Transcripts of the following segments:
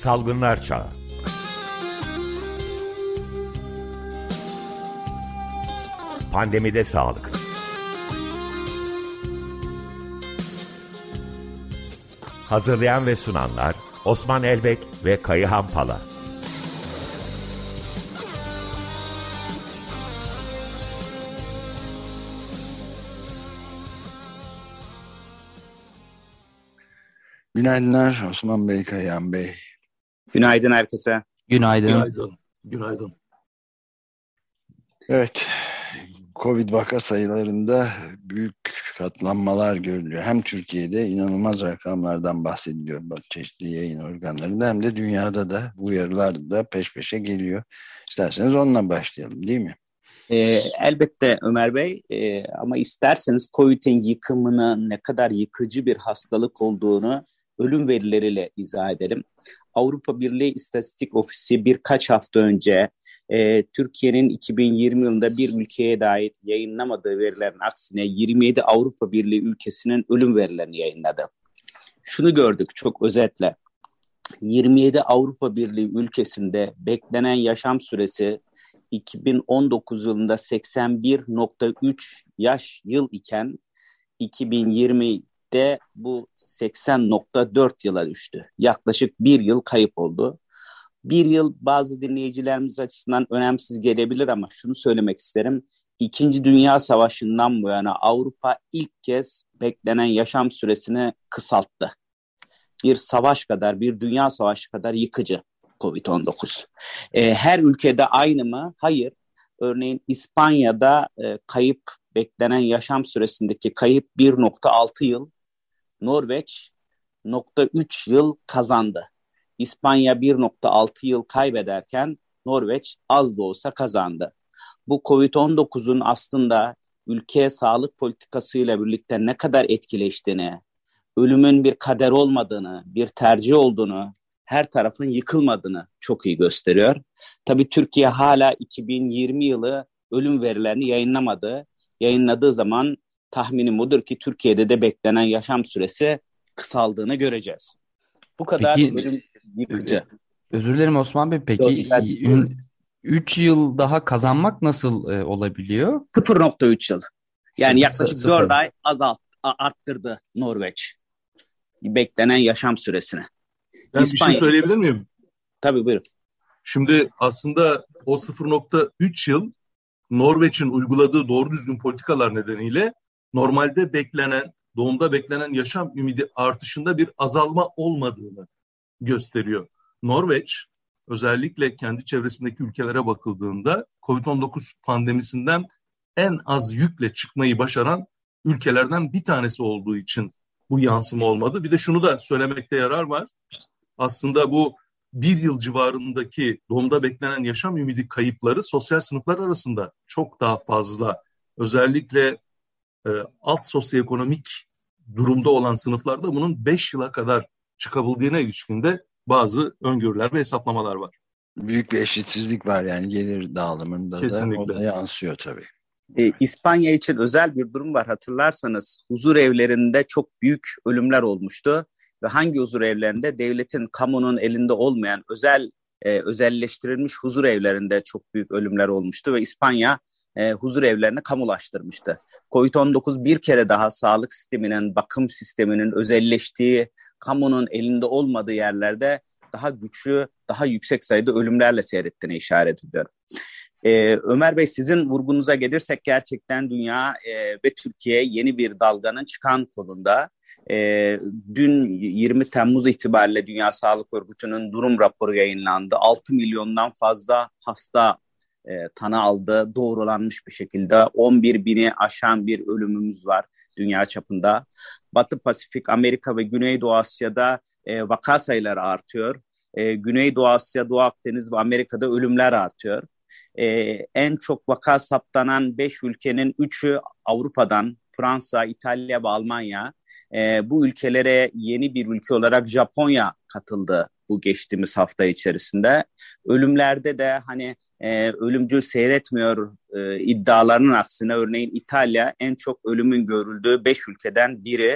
Salgınlar Çağı. Pandemide sağlık. Hazırlayan ve sunanlar Osman Elbek ve Kayıhan Pala. Günaydınlar Osman Bey, Kayıhan Bey. Günaydın herkese. Günaydın. Evet, Covid vaka sayılarında büyük katlanmalar görülüyor. Hem Türkiye'de inanılmaz rakamlardan bahsediliyor çeşitli yayın organlarında, hem de dünyada da bu uyarılar da peş peşe geliyor. İsterseniz onunla başlayalım, değil mi? Elbette Ömer Bey, ama isterseniz COVID'in yıkımını, ne kadar yıkıcı bir hastalık olduğunu ölüm verileriyle izah edelim. Avrupa Birliği İstatistik Ofisi birkaç hafta önce Türkiye'nin 2020 yılında bir ülkeye dair yayınlamadığı verilerin aksine 27 Avrupa Birliği ülkesinin ölüm verilerini yayınladı. Şunu gördük çok özetle. 27 Avrupa Birliği ülkesinde beklenen yaşam süresi 2019 yılında 81,3 yıl iken 2020'de bu 80,4 yıla düştü. Yaklaşık bir yıl kayıp oldu. Bir yıl bazı dinleyicilerimiz açısından önemsiz gelebilir ama şunu söylemek isterim. İkinci Dünya Savaşı'ndan bu yana Avrupa ilk kez beklenen yaşam süresini kısalttı. Bir savaş kadar, bir dünya savaşı kadar yıkıcı COVID-19. Her ülkede aynı mı? Hayır. Örneğin İspanya'da beklenen yaşam süresindeki kayıp 1,6 yıl, Norveç 0,3 yıl kazandı. İspanya 1,6 yıl kaybederken Norveç az da olsa kazandı. Bu COVID-19'un aslında ülke sağlık politikasıyla birlikte ne kadar etkileştiğini, ölümün bir kader olmadığını, bir tercih olduğunu, her tarafın yıkılmadığını çok iyi gösteriyor. Tabii Türkiye hala 2020 yılı ölüm verilerini yayınlamadı. Yayınladığı zaman tahminim odur ki Türkiye'de de beklenen yaşam süresi kısaldığını göreceğiz. Bu kadar Peki, ölüm yıkıcı. Özür dilerim Osman Bey. Peki 3 yıl daha kazanmak nasıl olabiliyor? 0,3 yıl. Yani yaklaşık 0. 4 ay arttırdı Norveç beklenen yaşam süresini. Ben bir şey söyleyebilir miyim? Tabii buyurun. Şimdi aslında o 0,3 yıl Norveç'in uyguladığı doğru düzgün politikalar nedeniyle normalde doğumda beklenen yaşam ümidi artışında bir azalma olmadığını gösteriyor. Norveç özellikle kendi çevresindeki ülkelere bakıldığında COVID-19 pandemisinden en az yükle çıkmayı başaran ülkelerden bir tanesi olduğu için bu yansıma olmadı. Bir de şunu da söylemekte yarar var. Aslında bu bir yıl civarındaki doğumda beklenen yaşam ümidi kayıpları sosyal sınıflar arasında çok daha fazla. Özellikle alt sosyoekonomik durumda olan sınıflarda bunun 5 yıla kadar çıkabildiğine ilişkin de bazı öngörüler ve hesaplamalar var. Büyük bir eşitsizlik var yani gelir dağılımında. Kesinlikle. Da o da yansıyor tabii. İspanya için özel bir durum var. Hatırlarsanız huzur evlerinde çok büyük ölümler olmuştu. Ve hangi huzur evlerinde? Devletin, kamunun elinde olmayan özelleştirilmiş huzur evlerinde çok büyük ölümler olmuştu. Ve İspanya huzur evlerini kamulaştırmıştı. Covid-19 bir kere daha sağlık sisteminin, bakım sisteminin özelleştiği, kamunun elinde olmadığı yerlerde daha güçlü, daha yüksek sayıda ölümlerle seyrettiğine işaret ediyor. Ömer Bey, sizin vurgunuza gelirsek gerçekten dünya ve Türkiye yeni bir dalganın çıkan konumda. Dün 20 Temmuz itibariyle Dünya Sağlık Örgütü'nün durum raporu yayınlandı. 6 milyondan fazla hasta tanı aldı, doğrulanmış bir şekilde. 11 bini aşan bir ölümümüz var dünya çapında. Batı Pasifik, Amerika ve Güneydoğu Asya'da vaka sayıları artıyor. Güneydoğu Asya, Doğu Akdeniz ve Amerika'da ölümler artıyor. En çok vaka saptanan 5 ülkenin 3'ü Avrupa'dan, Fransa, İtalya ve Almanya. Bu ülkelere yeni bir ülke olarak Japonya katıldı bu geçtiğimiz hafta içerisinde. Ölümlerde de ölümcül seyretmiyor iddialarının aksine örneğin İtalya en çok ölümün görüldüğü 5 ülkeden biri.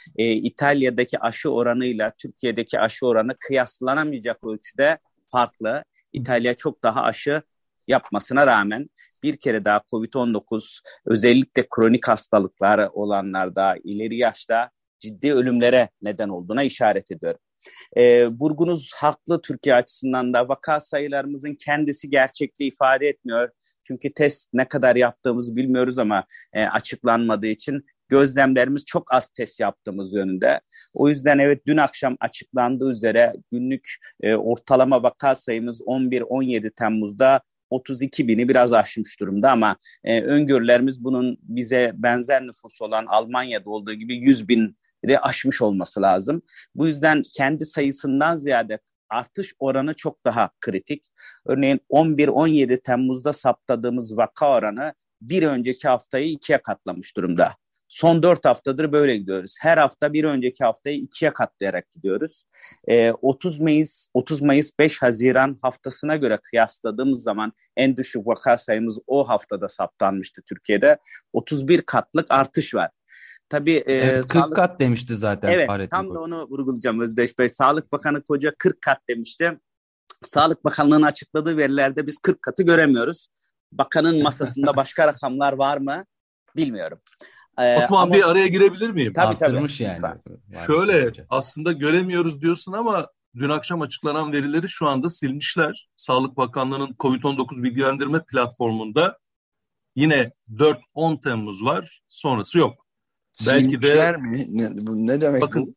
İtalya'daki aşı oranıyla Türkiye'deki aşı oranı kıyaslanamayacak ölçüde farklı. İtalya çok daha aşı yapmasına rağmen bir kere daha COVID-19 özellikle kronik hastalıkları olanlarda, ileri yaşta ciddi ölümlere neden olduğuna işaret ediyor. Vurgunuz haklı Türkiye açısından da vaka sayılarımızın kendisi gerçekliği ifade etmiyor. Çünkü test ne kadar yaptığımızı bilmiyoruz ama açıklanmadığı için gözlemlerimiz çok az test yaptığımız yönünde. O yüzden evet dün akşam açıklandığı üzere günlük ortalama vaka sayımız 11-17 Temmuz'da 32 bini biraz aşmış durumda ama öngörülerimiz bunun bize benzer nüfus olan Almanya'da olduğu gibi 100 bin aşmış olması lazım. Bu yüzden kendi sayısından ziyade artış oranı çok daha kritik. Örneğin 11-17 Temmuz'da saptadığımız vaka oranı bir önceki haftayı 2'ye katlamış durumda. Son 4 haftadır böyle gidiyoruz. Her hafta bir önceki haftayı 2'ye katlayarak gidiyoruz. 30 Mayıs 5 Haziran haftasına göre kıyasladığımız zaman en düşük vaka sayımız o haftada saptanmıştı Türkiye'de. 31 katlık artış var. Tabii, evet, 40 kat demişti zaten. Evet, Fahrettin tam Koca. da onu vurgulayacağım Özdeş Bey. Sağlık Bakanı Koca 40 kat demişti. Sağlık Bakanlığı'nın açıkladığı verilerde biz 40 katı göremiyoruz. Bakanın masasında başka rakamlar var mı bilmiyorum. Osman Ama bir araya girebilir miyim? Tabii, Arttırmış yani. lütfen. Şöyle aslında göremiyoruz diyorsun ama dün akşam açıklanan verileri şu anda silmişler. Sağlık Bakanlığı'nın COVID-19 bilgilendirme platformunda yine 4-10 Temmuz var, sonrası yok. Belki de mi? Ne demek bakın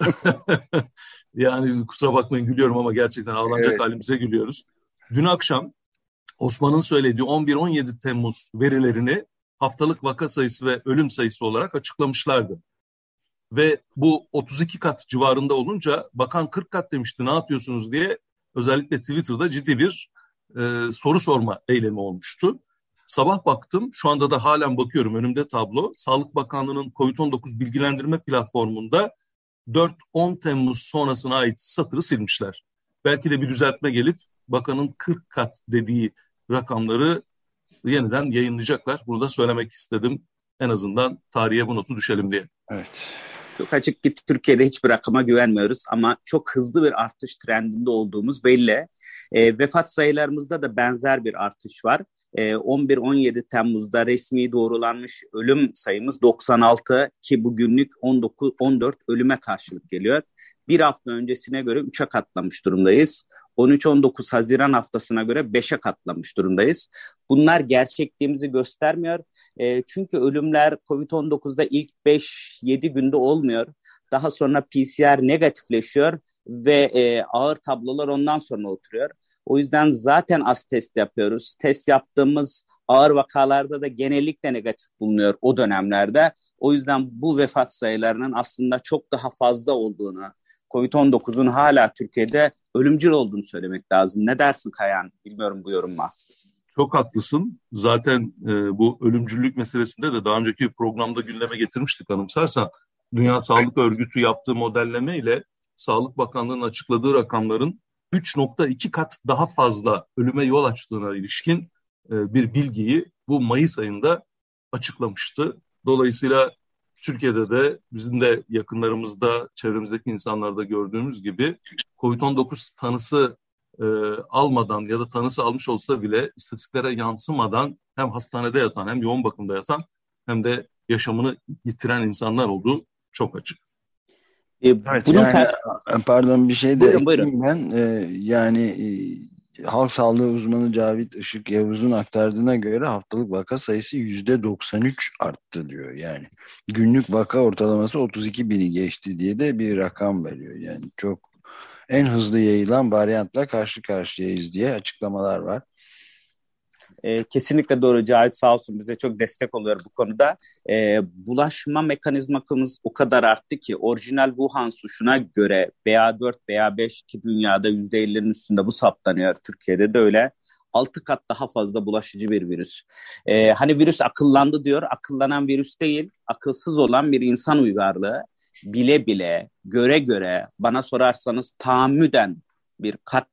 yani kusura bakmayın gülüyorum ama gerçekten ağlanacak Evet. halimize gülüyoruz. Dün akşam Osman'ın söylediği 11-17 Temmuz verilerini haftalık vaka sayısı ve ölüm sayısı olarak açıklamışlardı. Ve bu 32 kat civarında olunca bakan 40 kat demişti, ne yapıyorsunuz diye özellikle Twitter'da ciddi bir soru sorma eylemi olmuştu. Sabah baktım, şu anda da halen bakıyorum, önümde tablo. Sağlık Bakanlığı'nın COVID-19 bilgilendirme platformunda 4-10 Temmuz sonrasına ait satırı silmişler. Belki de bir düzeltme gelip bakanın 40 kat dediği rakamları yeniden yayınlayacaklar. Bunu da söylemek istedim. En azından tarihe bu notu düşelim diye. Evet. Çok açık ki Türkiye'de hiçbir rakama güvenmiyoruz ama çok hızlı bir artış trendinde olduğumuz belli. Vefat sayılarımızda da benzer bir artış var. 11-17 Temmuz'da resmi doğrulanmış ölüm sayımız 96 ki bugünlük 14 ölüme karşılık geliyor. Bir hafta öncesine göre 3'e katlamış durumdayız. 13-19 Haziran haftasına göre 5'e katlamış durumdayız. Bunlar gerçekliğimizi göstermiyor. Çünkü ölümler COVID-19'da ilk 5-7 günde olmuyor. Daha sonra PCR negatifleşiyor ve ağır tablolar ondan sonra oturuyor. O yüzden zaten az test yapıyoruz. Test yaptığımız ağır vakalarda da genellikle negatif bulunuyor o dönemlerde. O yüzden bu vefat sayılarının aslında çok daha fazla olduğunu, COVID-19'un hala Türkiye'de ölümcül olduğunu söylemek lazım. Ne dersin Kayan? Bilmiyorum bu yoruma. Çok haklısın. Zaten bu ölümcüllük meselesinde de daha önceki programda gündeme getirmiştik anımsarsan. Dünya Sağlık Örgütü yaptığı modelleme ile Sağlık Bakanlığı'nın açıkladığı rakamların 3.2 kat daha fazla ölüme yol açtığına ilişkin bir bilgiyi bu Mayıs ayında açıklamıştı. Dolayısıyla Türkiye'de de bizim de yakınlarımızda, çevremizdeki insanlarda gördüğümüz gibi COVID-19 tanısı almadan ya da tanısı almış olsa bile istatistiklere yansımadan hem hastanede yatan hem yoğun bakımda yatan hem de yaşamını yitiren insanlar olduğu çok açık. Evet, Bunun yani, pardon bir şey de ekleyeyim ben. Halk sağlığı uzmanı Cavit Işık Yavuz'un aktardığına göre haftalık vaka sayısı %93 arttı diyor. Yani günlük vaka ortalaması 32 bini geçti diye de bir rakam veriyor. Yani çok en hızlı yayılan varyantla karşı karşıyayız diye açıklamalar var. Kesinlikle doğru. Cahit sağ olsun bize çok destek oluyor bu konuda. Bulaşma mekanizmamız o kadar arttı ki orijinal Wuhan suşuna göre BA4, BA5 ki dünyada %50'lerin üstünde bu saptanıyor. Türkiye'de de öyle. 6 kat daha fazla bulaşıcı bir virüs. Hani virüs akıllandı diyor. Akıllanan virüs değil, akılsız olan bir insan uygarlığı. Bile bile, göre göre, bana sorarsanız tahammüden bir katle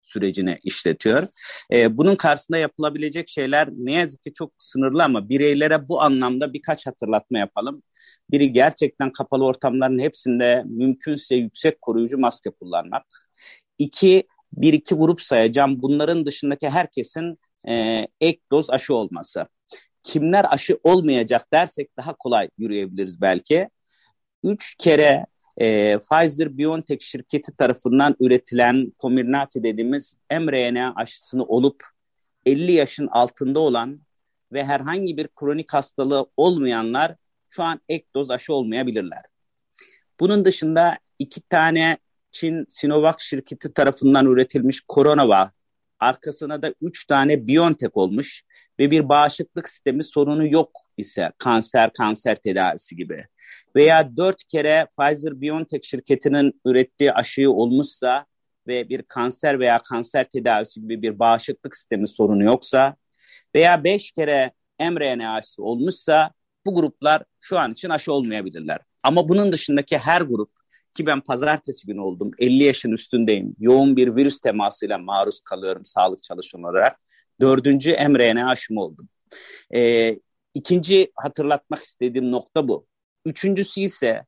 sürecini işletiyor. Bunun karşısında yapılabilecek şeyler ne yazık ki çok sınırlı ama bireylere bu anlamda birkaç hatırlatma yapalım. Biri, gerçekten kapalı ortamların hepsinde mümkünse yüksek koruyucu maske kullanmak. İki, bir iki grup sayacağım. Bunların dışındaki herkesin ek doz aşı olması. Kimler aşı olmayacak dersek daha kolay yürüyebiliriz belki. 3 kere Pfizer-BioNTech şirketi tarafından üretilen Comirnaty dediğimiz mRNA aşısını olup 50 yaşın altında olan ve herhangi bir kronik hastalığı olmayanlar şu an ek doz aşı olmayabilirler. Bunun dışında 2 tane Çin Sinovac şirketi tarafından üretilmiş CoronaVac, arkasına da 3 tane BioNTech olmuş ve bir bağışıklık sistemi sorunu yok ise kanser tedavisi gibi veya 4 kere Pfizer-BioNTech şirketinin ürettiği aşıyı olmuşsa ve bir kanser veya kanser tedavisi gibi bir bağışıklık sistemi sorunu yoksa veya 5 kere mRNA aşısı olmuşsa bu gruplar şu an için aşı olmayabilirler. Ama bunun dışındaki her grup, ki ben pazartesi günü oldum, 50 yaşın üstündeyim, yoğun bir virüs temasıyla maruz kalıyorum sağlık çalışanı olarak, 4. mRNA aşımı oldum. İkinci hatırlatmak istediğim nokta bu. Üçüncüsü ise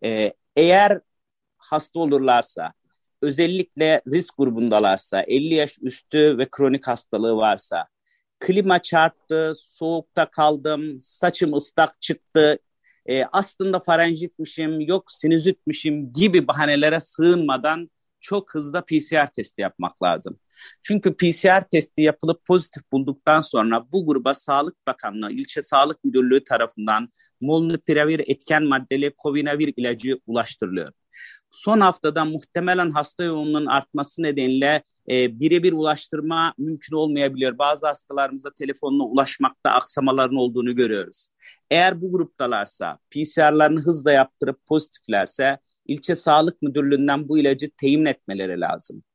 eğer hasta olurlarsa, özellikle risk grubundalarsa, 50 yaş üstü ve kronik hastalığı varsa, klima çarptı, soğukta kaldım, saçım ıslak çıktı, aslında farenjitmişim, yok sinüzitmişim gibi bahanelere sığınmadan çok hızlı PCR testi yapmak lazım. Çünkü PCR testi yapılıp pozitif bulduktan sonra bu gruba Sağlık Bakanlığı, İlçe Sağlık Müdürlüğü tarafından molnupiravir etken maddeli Covinavir ilacı ulaştırılıyor. Son haftada muhtemelen hasta yoğunluğunun artması nedeniyle birebir ulaştırma mümkün olmayabiliyor. Bazı hastalarımıza telefonla ulaşmakta aksamaların olduğunu görüyoruz. Eğer bu gruptalarsa, PCR'larını hızla yaptırıp pozitiflerse ilçe sağlık müdürlüğünden bu ilacı temin etmeleri lazım.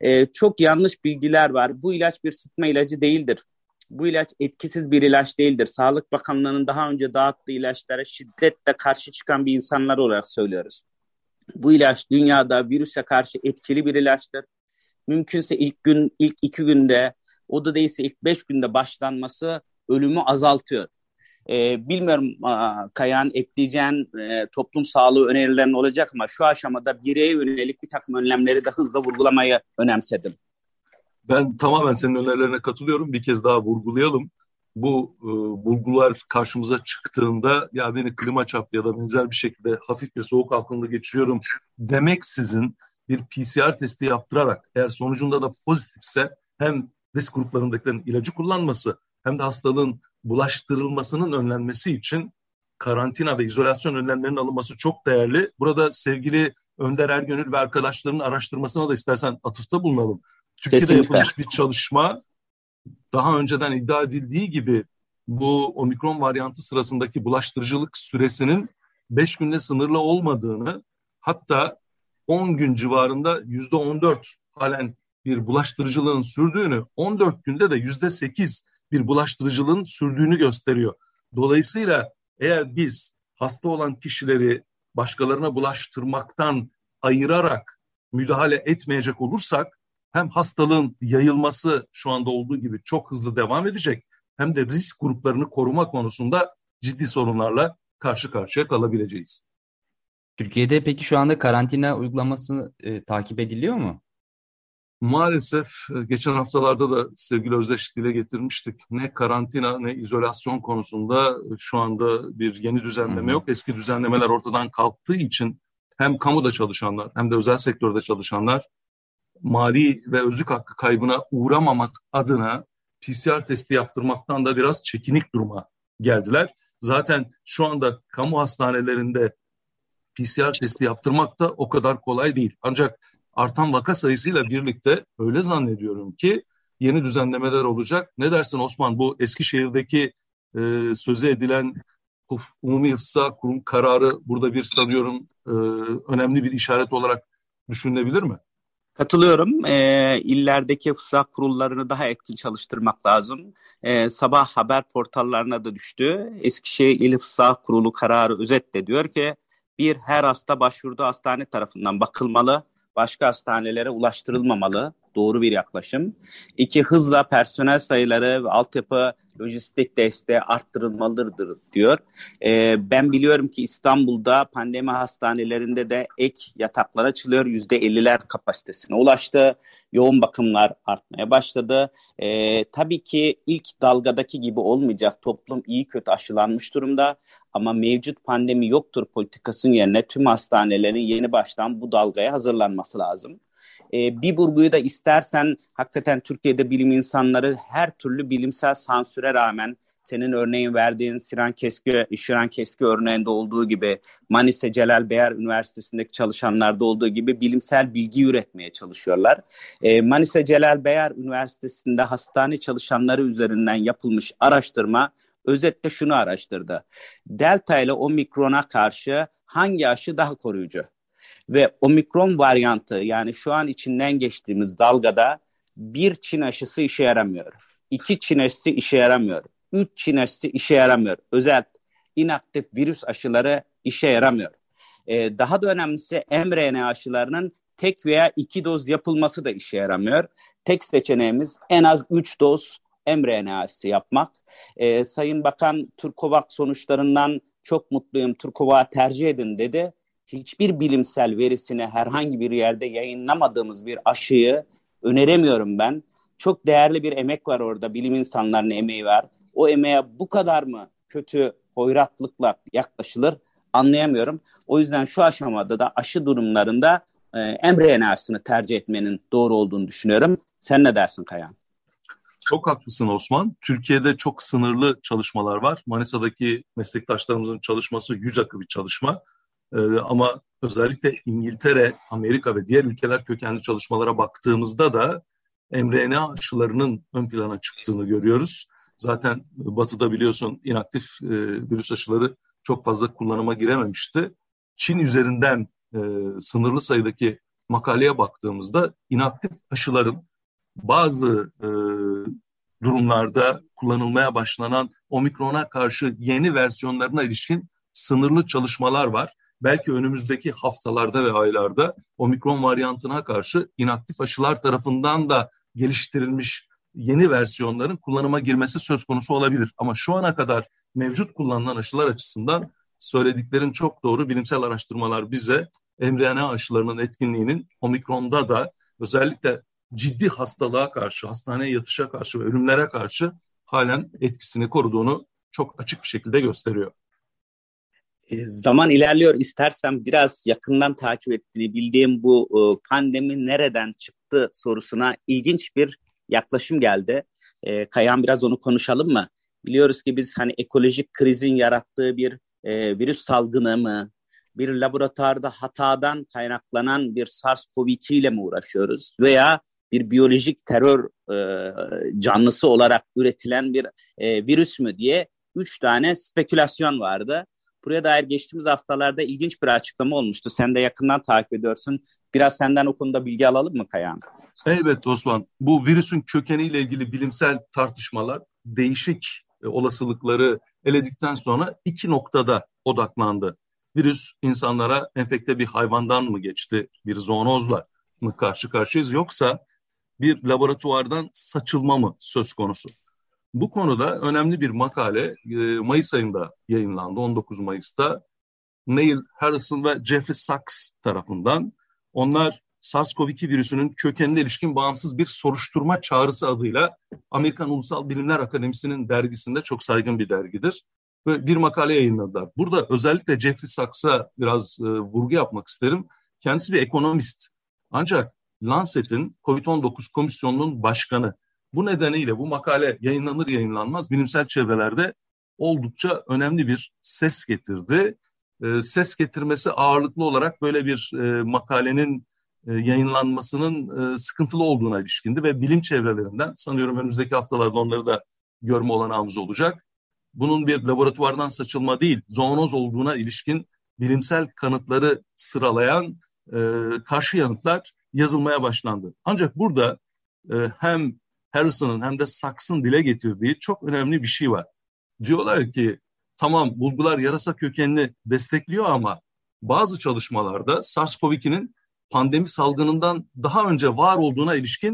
Çok yanlış bilgiler var. Bu ilaç bir sıtma ilacı değildir. Bu ilaç etkisiz bir ilaç değildir. Sağlık Bakanlığı'nın daha önce dağıttığı ilaçlara şiddetle karşı çıkan bir insanlar olarak söylüyoruz. Bu ilaç dünyada virüse karşı etkili bir ilaçtır. Mümkünse ilk 2 günde, o da değilse ilk 5 günde başlanması ölümü azaltıyor. Bilmiyorum Kayahan, ekleyeceğin toplum sağlığı önerilerin olacak ama şu aşamada bireye yönelik bir takım önlemleri de hızla vurgulamayı önemsedim. Ben tamamen senin önerilerine katılıyorum. Bir kez daha vurgulayalım. Bu bulgular karşımıza çıktığında ya beni klima çarptı ya da benzer bir şekilde hafif bir soğuk algınlığı geçiriyorum demeksizin bir PCR testi yaptırarak eğer sonucunda da pozitifse hem risk gruplarındakilerin ilacı kullanması hem de hastalığın bulaştırılmasının önlenmesi için karantina ve izolasyon önlemlerinin alınması çok değerli. Burada sevgili Önder Ergönül ve arkadaşlarının araştırmasına da istersen atıfta bulunalım. Türkiye'de Kesinlikle yapılmış bir çalışma, daha önceden iddia edildiği gibi bu omikron varyantı sırasındaki bulaştırıcılık süresinin 5 günde sınırlı olmadığını, hatta 10 gün civarında %14 halen bir bulaştırıcılığın sürdüğünü, 14 günde de %8 bir bulaştırıcılığın sürdüğünü gösteriyor. Dolayısıyla eğer biz hasta olan kişileri başkalarına bulaştırmaktan ayırarak müdahale etmeyecek olursak, hem hastalığın yayılması şu anda olduğu gibi çok hızlı devam edecek, hem de risk gruplarını koruma konusunda ciddi sorunlarla karşı karşıya kalabileceğiz. Türkiye'de peki şu anda karantina uygulaması takip ediliyor mu? Maalesef geçen haftalarda da sevgili Özdeş dile getirmiştik. Ne karantina ne izolasyon konusunda şu anda bir yeni düzenleme yok. Eski düzenlemeler ortadan kalktığı için hem kamuda çalışanlar hem de özel sektörde çalışanlar mali ve özlük hakkı kaybına uğramamak adına PCR testi yaptırmaktan da biraz çekinik duruma geldiler. Zaten şu anda kamu hastanelerinde PCR testi yaptırmak da o kadar kolay değil. Ancak artan vaka sayısıyla birlikte öyle zannediyorum ki yeni düzenlemeler olacak. Ne dersin Osman, bu Eskişehir'deki sözü edilen Umumi Hıfzı Kurum kararı burada bir sanıyorum önemli bir işaret olarak düşünülebilir mi? Katılıyorum. İllerdeki hıfzı kurullarını daha etkin çalıştırmak lazım. Sabah haber portallarına da düştü. Eskişehir İl Hıfzı Kurulu kararı özetle diyor ki her hasta başvurduğu hastane tarafından bakılmalı, başka hastanelere ulaştırılmamalı. doğru bir yaklaşım. 2, hızla personel sayıları ve altyapı lojistik desteği arttırılmalıdır diyor. Ben biliyorum ki İstanbul'da pandemi hastanelerinde de ek yataklar açılıyor. %50'ler kapasitesine ulaştı. Yoğun bakımlar artmaya başladı. Tabii ki ilk dalgadaki gibi olmayacak. Toplum iyi kötü aşılanmış durumda. Ama mevcut pandemi yoktur politikasının yerine tüm hastanelerin yeni baştan bu dalgaya hazırlanması lazım. Bir vurguyu da istersen hakikaten Türkiye'de bilim insanları her türlü bilimsel sansüre rağmen senin örneğin verdiğin Şiran Keski örneğinde olduğu gibi Manisa Celal Bayar Üniversitesi'ndeki çalışanlarda olduğu gibi bilimsel bilgi üretmeye çalışıyorlar. Manisa Celal Bayar Üniversitesi'nde hastane çalışanları üzerinden yapılmış araştırma özetle şunu araştırdı. Delta ile Omikron'a karşı hangi aşı daha koruyucu? Ve Omikron varyantı, yani şu an içinden geçtiğimiz dalgada 1 Çin aşısı işe yaramıyor. 2 Çin aşısı işe yaramıyor. 3 Çin aşısı işe yaramıyor. Özel inaktif virüs aşıları işe yaramıyor. Daha da önemlisi mRNA aşılarının tek veya 2 doz yapılması da işe yaramıyor. Tek seçeneğimiz en az 3 doz mRNA aşısı yapmak. Sayın Bakan Turkovac sonuçlarından çok mutluyum, Turkovac'ı tercih edin dedi. Hiçbir bilimsel verisini herhangi bir yerde yayınlamadığımız bir aşıyı öneremiyorum ben. Çok değerli bir emek var orada, bilim insanlarının emeği var. O emeğe bu kadar mı kötü hoyratlıkla yaklaşılır anlayamıyorum. O yüzden şu aşamada da aşı durumlarında mRNA aşısını tercih etmenin doğru olduğunu düşünüyorum. Sen ne dersin Kayan? Çok haklısın Osman. Türkiye'de çok sınırlı çalışmalar var. Manisa'daki meslektaşlarımızın çalışması yüz akı bir çalışma. Ama özellikle İngiltere, Amerika ve diğer ülkeler kökenli çalışmalara baktığımızda da mRNA aşılarının ön plana çıktığını görüyoruz. Zaten Batı'da biliyorsun inaktif virüs aşıları çok fazla kullanıma girememişti. Çin üzerinden sınırlı sayıdaki makaleye baktığımızda inaktif aşıların bazı durumlarda kullanılmaya başlanan Omikron'a karşı yeni versiyonlarına ilişkin sınırlı çalışmalar var. Belki önümüzdeki haftalarda ve aylarda Omikron varyantına karşı inaktif aşılar tarafından da geliştirilmiş yeni versiyonların kullanıma girmesi söz konusu olabilir. Ama şu ana kadar mevcut kullanılan aşılar açısından söylediklerin çok doğru. Bilimsel araştırmalar bize mRNA aşılarının etkinliğinin Omikron'da da özellikle ciddi hastalığa karşı, hastaneye yatışa karşı ve ölümlere karşı halen etkisini koruduğunu çok açık bir şekilde gösteriyor. Zaman ilerliyor. İstersem biraz yakından takip ettiğini bildiğim bu pandemi nereden çıktı sorusuna ilginç bir yaklaşım geldi. Kayan, biraz onu konuşalım mı? Biliyoruz ki biz hani ekolojik krizin yarattığı bir virüs salgını mı, bir laboratuvarda hatadan kaynaklanan bir SARS-CoV-2 ile mi uğraşıyoruz veya bir biyolojik terör canlısı olarak üretilen bir virüs mü diye 3 tane spekülasyon vardı. Buraya dair geçtiğimiz haftalarda ilginç bir açıklama olmuştu. Sen de yakından takip ediyorsun. Biraz senden o konuda bilgi alalım mı Kayan? Elbette Osman. Bu virüsün kökeniyle ilgili bilimsel tartışmalar değişik olasılıkları eledikten sonra 2 noktada odaklandı. Virüs insanlara enfekte bir hayvandan mı geçti, bir zoonozla mı karşı karşıyayız, yoksa bir laboratuvardan saçılma mı söz konusu? Bu konuda önemli bir makale Mayıs ayında yayınlandı, 19 Mayıs'ta. Neil Harrison ve Jeffrey Sachs tarafından. Onlar SARS-CoV-2 virüsünün kökenine ilişkin bağımsız bir soruşturma çağrısı adıyla Amerikan Ulusal Bilimler Akademisi'nin dergisinde, çok saygın bir dergidir, ve bir makale yayınladılar. Burada özellikle Jeffrey Sachs'a biraz vurgu yapmak isterim. Kendisi bir ekonomist. Ancak Lancet'in COVID-19 komisyonunun başkanı. Bu nedeniyle bu makale yayınlanır yayınlanmaz bilimsel çevrelerde oldukça önemli bir ses getirdi. Ses getirmesi ağırlıklı olarak böyle bir makalenin yayınlanmasının sıkıntılı olduğuna ilişkindi ve bilim çevrelerinden, sanıyorum önümüzdeki haftalarda onları da görme olanağımız olacak, bunun bir laboratuvardan saçılma değil, zoonoz olduğuna ilişkin bilimsel kanıtları sıralayan karşı yanıtlar yazılmaya başlandı. Ancak burada hem Harrison'ın hem de Sachs'ın dile getirdiği çok önemli bir şey var. Diyorlar ki tamam, bulgular yarasa kökenini destekliyor ama bazı çalışmalarda SARS-CoV-2'nin pandemi salgınından daha önce var olduğuna ilişkin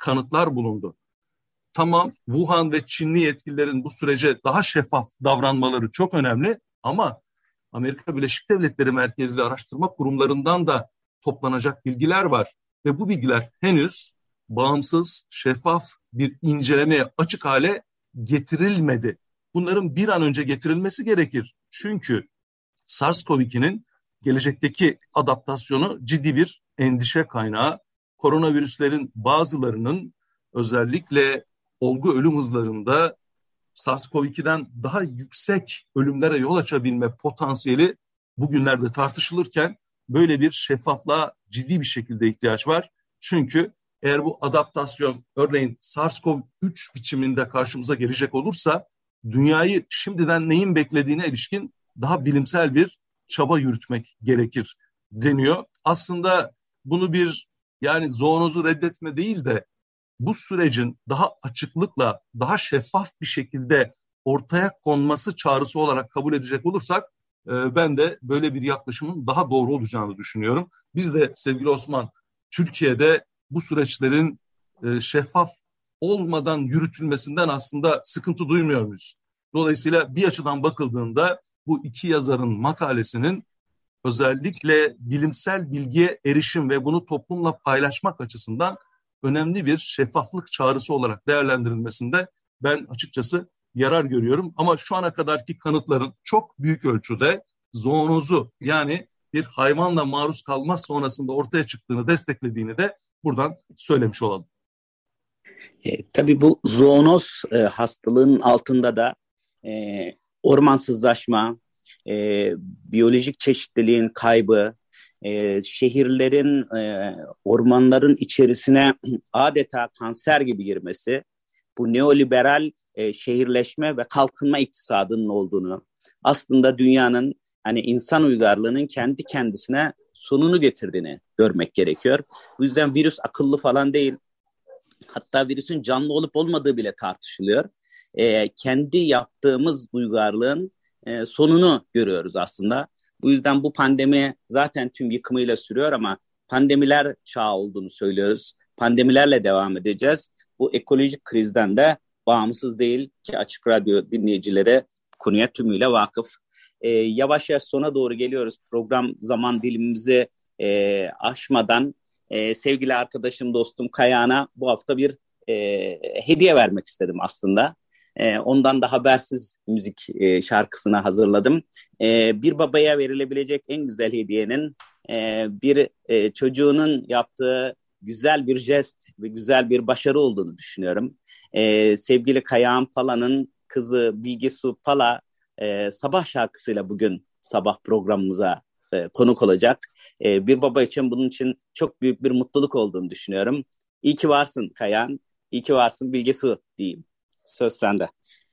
kanıtlar bulundu. Tamam, Wuhan ve Çinli yetkililerin bu sürece daha şeffaf davranmaları çok önemli ama Amerika Birleşik Devletleri merkezli araştırma kurumlarından da toplanacak bilgiler var ve bu bilgiler henüz bağımsız, şeffaf bir incelemeye açık hale getirilmedi. Bunların bir an önce getirilmesi gerekir. Çünkü SARS-CoV-2'nin gelecekteki adaptasyonu ciddi bir endişe kaynağı. Koronavirüslerin bazılarının özellikle olgu ölüm hızlarında SARS-CoV-2'den daha yüksek ölümlere yol açabilme potansiyeli bugünlerde tartışılırken böyle bir şeffaflığa ciddi bir şekilde ihtiyaç var. Çünkü eğer bu adaptasyon örneğin SARS-CoV-3 biçiminde karşımıza gelecek olursa dünyayı şimdiden neyin beklediğine ilişkin daha bilimsel bir çaba yürütmek gerekir deniyor. Aslında bunu bir yani zoonozu reddetme değil de bu sürecin daha açıklıkla, daha şeffaf bir şekilde ortaya konması çağrısı olarak kabul edecek olursak ben de böyle bir yaklaşımın daha doğru olacağını düşünüyorum. Biz de sevgili Osman, Türkiye'de bu süreçlerin şeffaf olmadan yürütülmesinden aslında sıkıntı duymuyor muyuz? Dolayısıyla bir açıdan bakıldığında bu iki yazarın makalesinin özellikle bilimsel bilgiye erişim ve bunu toplumla paylaşmak açısından önemli bir şeffaflık çağrısı olarak değerlendirilmesinde ben açıkçası yarar görüyorum. Ama şu ana kadarki kanıtların çok büyük ölçüde zoonozu yani bir hayvanla maruz kalma sonrasında ortaya çıktığını desteklediğini de buradan söylemiş olalım. Tabii bu zoonoz hastalığın altında da ormansızlaşma, biyolojik çeşitliliğin kaybı, şehirlerin, ormanların içerisine adeta kanser gibi girmesi, bu neoliberal şehirleşme ve kalkınma iktisadının olduğunu, aslında dünyanın hani insan uygarlığının kendi kendisine sonunu getirdiğini görmek gerekiyor. Bu yüzden virüs akıllı falan değil. Hatta virüsün canlı olup olmadığı bile tartışılıyor. Kendi yaptığımız uygarlığın sonunu görüyoruz aslında. Bu yüzden bu pandemi zaten tüm yıkımıyla sürüyor ama pandemiler çağı olduğunu söylüyoruz. Pandemilerle devam edeceğiz. Bu ekolojik krizden de bağımsız değil ki Açık Radyo dinleyicileri konuya tümüyle vakıf. Yavaş yavaş sona doğru geliyoruz. Program zaman dilimimizi aşmadan sevgili arkadaşım, dostum Kayahan'a bu hafta bir hediye vermek istedim aslında. Ondan da habersiz müzik şarkısını hazırladım. Bir babaya verilebilecek en güzel hediyenin bir çocuğunun yaptığı güzel bir jest ve güzel bir başarı olduğunu düşünüyorum. Sevgili Kayahan Pala'nın kızı Bilgesu Pala sabah şarkısıyla bugün sabah programımıza konuk olacak. Bir baba için bunun için çok büyük bir mutluluk olduğunu düşünüyorum. İyi ki varsın Kayahan, iyi ki varsın Bilgesu diyeyim. Söz sende.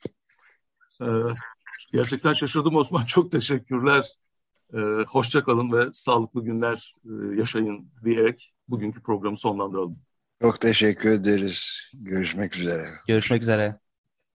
Gerçekten şaşırdım Osman. Çok teşekkürler. Hoşça kalın ve sağlıklı günler yaşayın diyerek bugünkü programı sonlandıralım. Çok teşekkür ederiz. Görüşmek üzere. Görüşmek üzere.